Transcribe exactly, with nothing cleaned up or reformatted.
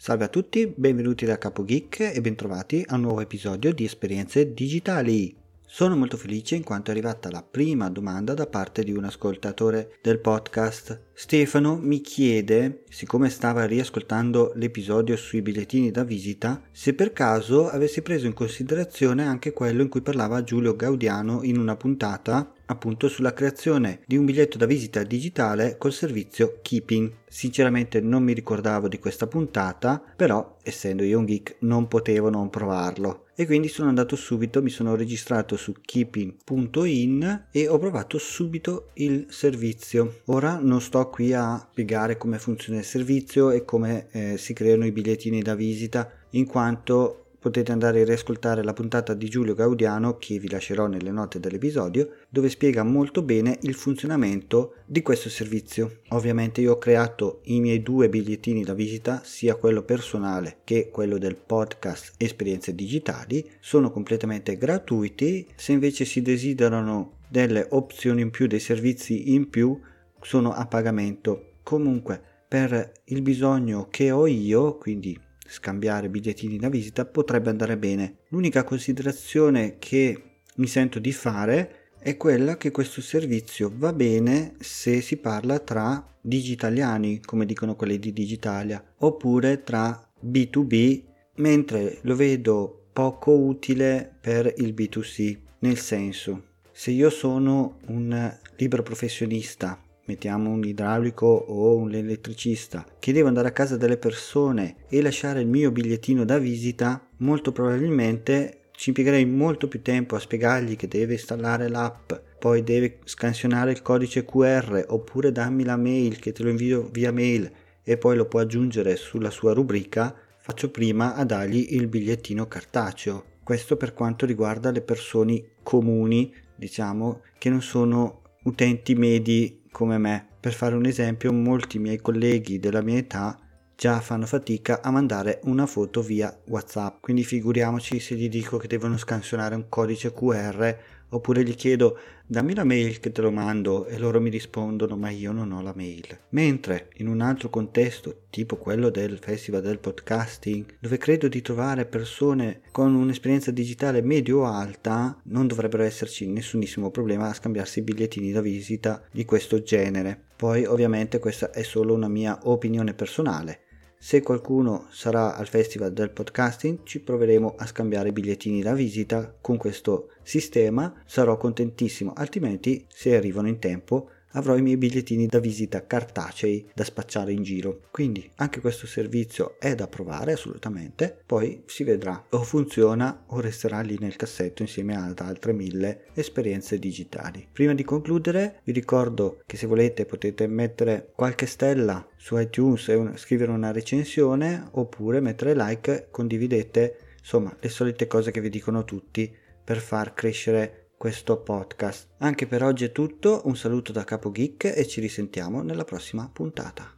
Salve a tutti, benvenuti da Capo Geek e bentrovati a un nuovo episodio di Esperienze Digitali. Sono molto felice in quanto è arrivata la prima domanda da parte di un ascoltatore del podcast. Stefano mi chiede, siccome stava riascoltando l'episodio sui bigliettini da visita, se per caso avessi preso in considerazione anche quello in cui parlava Giulio Gaudiano in una puntata appunto sulla creazione di un biglietto da visita digitale col servizio Keeping. Sinceramente non mi ricordavo di questa puntata, però essendo io un geek non potevo non provarlo e quindi sono andato subito, mi sono registrato su keeping punto in e ho provato subito il servizio. Ora non sto qui a spiegare come funziona il servizio e come eh, si creano i bigliettini da visita, in quanto potete andare a riascoltare la puntata di Giulio Gaudiano, che vi lascerò nelle note dell'episodio, dove spiega molto bene il funzionamento di questo servizio. Ovviamente io ho creato i miei due bigliettini da visita, sia quello personale che quello del podcast Esperienze Digitali, sono completamente gratuiti. Se invece si desiderano delle opzioni in più, dei servizi in più, sono a pagamento. Comunque, per il bisogno che ho io, quindi scambiare bigliettini da visita, potrebbe andare bene. L'unica considerazione che mi sento di fare è quella che questo servizio va bene se si parla tra digitaliani, come dicono quelli di Digitalia, oppure tra B due B, mentre lo vedo poco utile per il B due C. Nel senso, se io sono un libero professionista, mettiamo un idraulico o un elettricista, che devo andare a casa delle persone e lasciare il mio bigliettino da visita, molto probabilmente ci impiegherei molto più tempo a spiegargli che deve installare l'app, poi deve scansionare il codice Q R, oppure dammi la mail che te lo invio via mail e poi lo può aggiungere sulla sua rubrica. Faccio prima a dargli il bigliettino cartaceo. Questo per quanto riguarda le persone comuni, diciamo, che non sono utenti medi come me. Per fare un esempio, molti miei colleghi della mia età già fanno fatica a mandare una foto via WhatsApp, quindi figuriamoci se gli dico che devono scansionare un codice Q R, oppure gli chiedo dammi la mail che te lo mando e loro mi rispondono ma io non ho la mail. Mentre in un altro contesto, tipo quello del festival del podcasting, dove credo di trovare persone con un'esperienza digitale medio-alta, non dovrebbero esserci nessunissimo problema a scambiarsi bigliettini da visita di questo genere. Poi ovviamente questa è solo una mia opinione personale. Se qualcuno sarà al festival del podcasting ci proveremo a scambiare bigliettini da visita con questo sistema, sarò contentissimo, altrimenti se arrivano in tempo avrò i miei bigliettini da visita cartacei da spacciare in giro. Quindi anche questo servizio è da provare assolutamente, poi si vedrà, o funziona o resterà lì nel cassetto insieme ad altre mille esperienze digitali. Prima di concludere vi ricordo che se volete potete mettere qualche stella su iTunes e un, scrivere una recensione, oppure mettere like, condividete, insomma le solite cose che vi dicono tutti per far crescere questo podcast. Anche per oggi è tutto, un saluto da Capo Geek e ci risentiamo nella prossima puntata.